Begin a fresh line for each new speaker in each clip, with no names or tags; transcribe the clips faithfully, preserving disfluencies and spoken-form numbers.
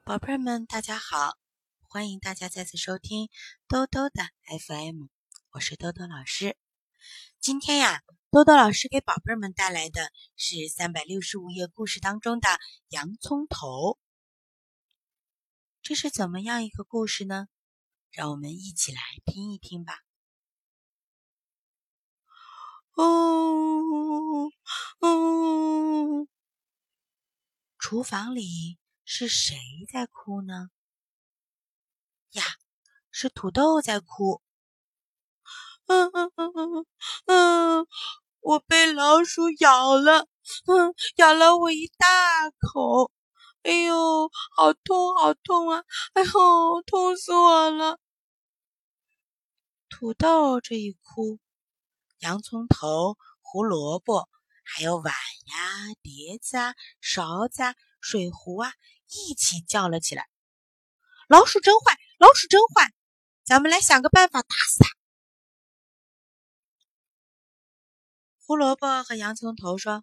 宝贝儿们，大家好！欢迎大家再次收听兜兜的 F M， 我是兜兜老师。今天呀，兜兜老师给宝贝儿们带来的是三百六十五页故事当中的洋葱头。这是怎么样一个故事呢？让我们一起来听一听吧。哦哦，厨房里是谁在哭呢？呀，是土豆在哭。嗯嗯嗯嗯嗯，我被老鼠咬了，嗯，咬了我一大口，哎呦，好痛好痛啊！哎呦，痛死我了！土豆这一哭，洋葱头、胡萝卜，还有碗呀、碟子啊、勺子啊、水壶啊，一起叫了起来。老鼠真坏，老鼠真坏，咱们来想个办法打死它。胡萝卜和洋葱头说：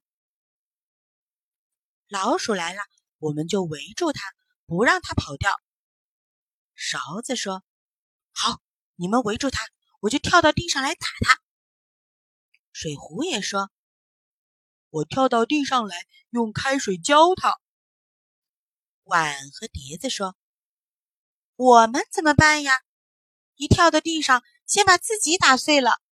老鼠来了，我们就围住它，不让它跑掉。勺子说：好，你们围住它，我就跳到地上来打它。水壶也说：我跳到地上来，用开水浇它。碗和碟子说：我们怎么办呀？一跳到地上，先把自己打碎了。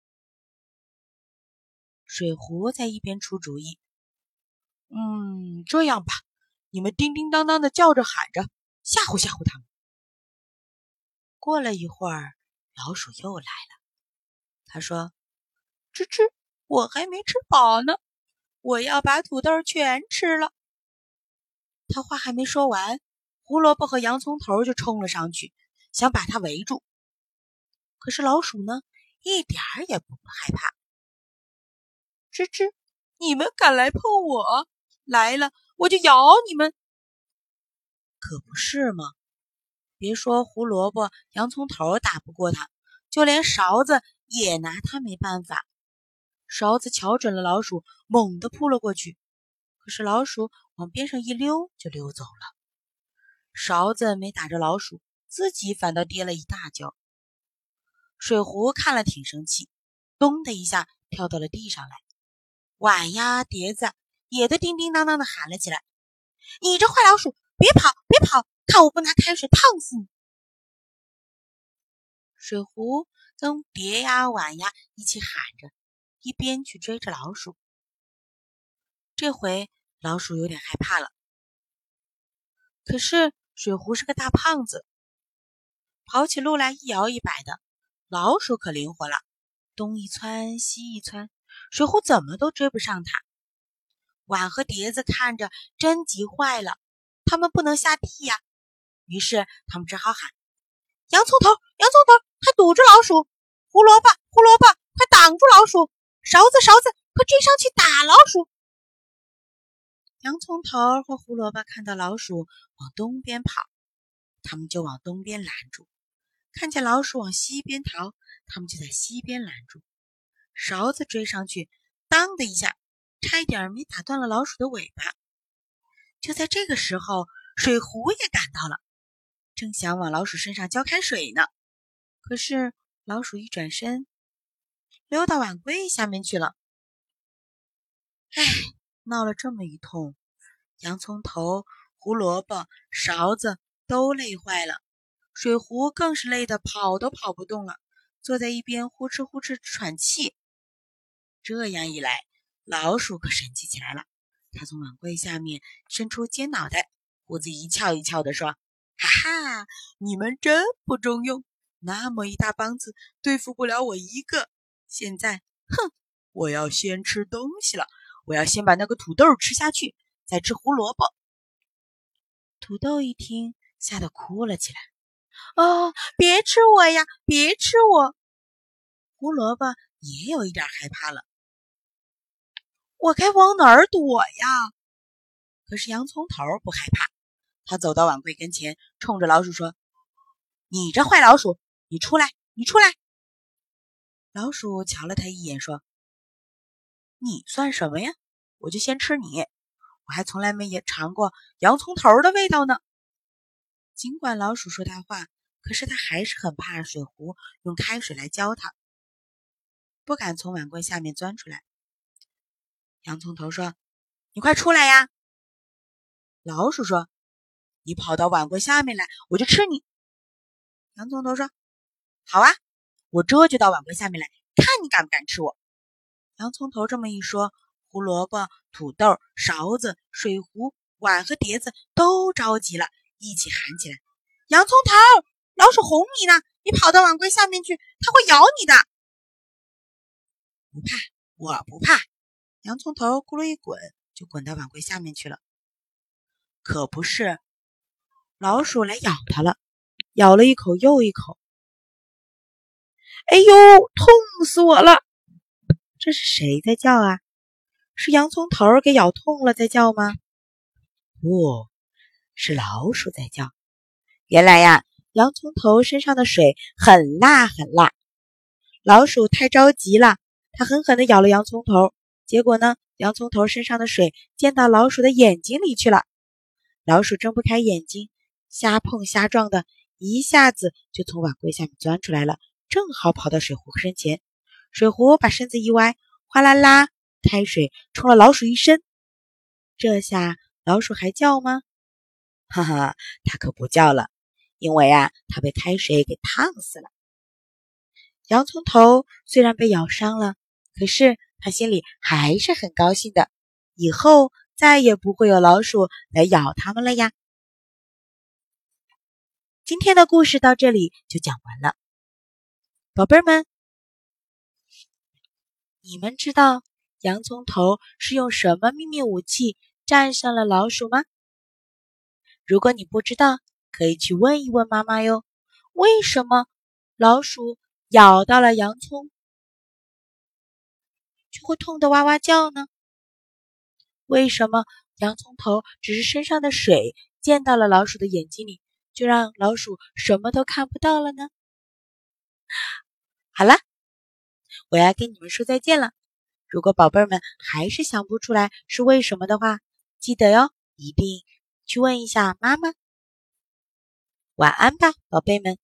水壶在一边出主意：嗯，这样吧，你们叮叮当当的叫着喊着，吓唬吓唬他们。过了一会儿，老鼠又来了。他说：吱吱，我还没吃饱呢，我要把土豆全吃了。他话还没说完，胡萝卜和洋葱头就冲了上去，想把他围住。可是老鼠呢，一点儿也不害怕。吱吱，你们敢来碰我，来了我就咬你们。可不是吗？别说胡萝卜、洋葱头打不过他，就连勺子也拿他没办法。勺子瞧准了老鼠，猛地扑了过去，可是老鼠往边上一溜就溜走了。勺子没打着老鼠，自己反倒跌了一大跤。水壶看了挺生气，咚的一下跳到了地上来。碗呀碟子也都叮叮当当的喊了起来：你这坏老鼠，别跑别跑，看我不拿开水烫死你！水壶跟碟呀碗呀一起喊着，一边去追着老鼠。这回老鼠有点害怕了，可是水壶是个大胖子，跑起路来一摇一摆的。老鼠可灵活了，东一窜西一窜，水壶怎么都追不上它。碗和碟子看着真急坏了，他们不能下地呀，于是他们只好喊：洋葱头洋葱头，快堵住老鼠！胡萝卜胡萝卜，快挡住老鼠！勺子勺子，快追上去打老鼠！洋葱头和胡萝卜看到老鼠往东边跑，他们就往东边拦住；看见老鼠往西边逃，他们就在西边拦住。勺子追上去，当的一下，差一点没打断了老鼠的尾巴。就在这个时候，水壶也赶到了，正想往老鼠身上浇开水呢，可是老鼠一转身，溜到碗柜下面去了。唉，闹了这么一通，洋葱头、胡萝卜、勺子都累坏了，水壶更是累得跑都跑不动了，坐在一边呼哧呼哧喘气。这样一来，老鼠可生气起来了，它从碗柜下面伸出尖脑袋，胡子一翘一翘地说：哈哈，你们真不中用，那么一大帮子对付不了我一个，现在哼，我要先吃东西了，我要先把那个土豆吃下去，再吃胡萝卜。土豆一听，吓得哭了起来：哦，别吃我呀，别吃我！胡萝卜也有一点害怕了，我该往哪儿躲呀？可是洋葱头不害怕，他走到碗柜跟前，冲着老鼠说：你这坏老鼠，你出来，你出来！老鼠瞧了他一眼，说：你算什么呀？我就先吃你，我还从来没也尝过洋葱头的味道呢。 尽管老鼠说他话，可是他还是很怕水壶用开水来浇他，不敢从碗柜下面钻出来。洋葱头说：“你快出来呀！”老鼠说：“你跑到碗柜下面来，我就吃你。”洋葱头说：“好啊，我这就到碗柜下面来，看你敢不敢吃我。”洋葱头这么一说，胡萝卜、土豆、勺子、水壶、碗和碟子都着急了，一起喊起来：“洋葱头，老鼠哄你呢，你跑到碗柜下面去，它会咬你的。”不怕，我不怕。洋葱头咕噜一滚，就滚到碗柜下面去了。可不是，老鼠来咬它了，咬了一口又一口。哎呦，痛死我了！这是谁在叫啊？是洋葱头给咬痛了在叫吗？不，是老鼠在叫。原来呀，洋葱头身上的水很辣很辣。老鼠太着急了，它狠狠地咬了洋葱头，结果呢，洋葱头身上的水溅到老鼠的眼睛里去了。老鼠睁不开眼睛，瞎碰瞎撞的，一下子就从碗柜下面钻出来了，正好跑到水壶身前。水壶把身子一歪，哗啦啦，开水冲了老鼠一身。这下老鼠还叫吗？哈哈，它可不叫了，因为啊，它被开水给烫死了。洋葱头虽然被咬伤了，可是他心里还是很高兴的，以后再也不会有老鼠来咬他们了呀。今天的故事到这里就讲完了。宝贝儿们，你们知道洋葱头是用什么秘密武器战胜了老鼠吗？如果你不知道，可以去问一问妈妈哟。为什么老鼠咬到了洋葱就会痛得哇哇叫呢？为什么洋葱头只是身上的水溅到了老鼠的眼睛里，就让老鼠什么都看不到了呢？好了，我要跟你们说再见了。如果宝贝儿们还是想不出来是为什么的话，记得哟，一定去问一下妈妈。晚安吧，宝贝们。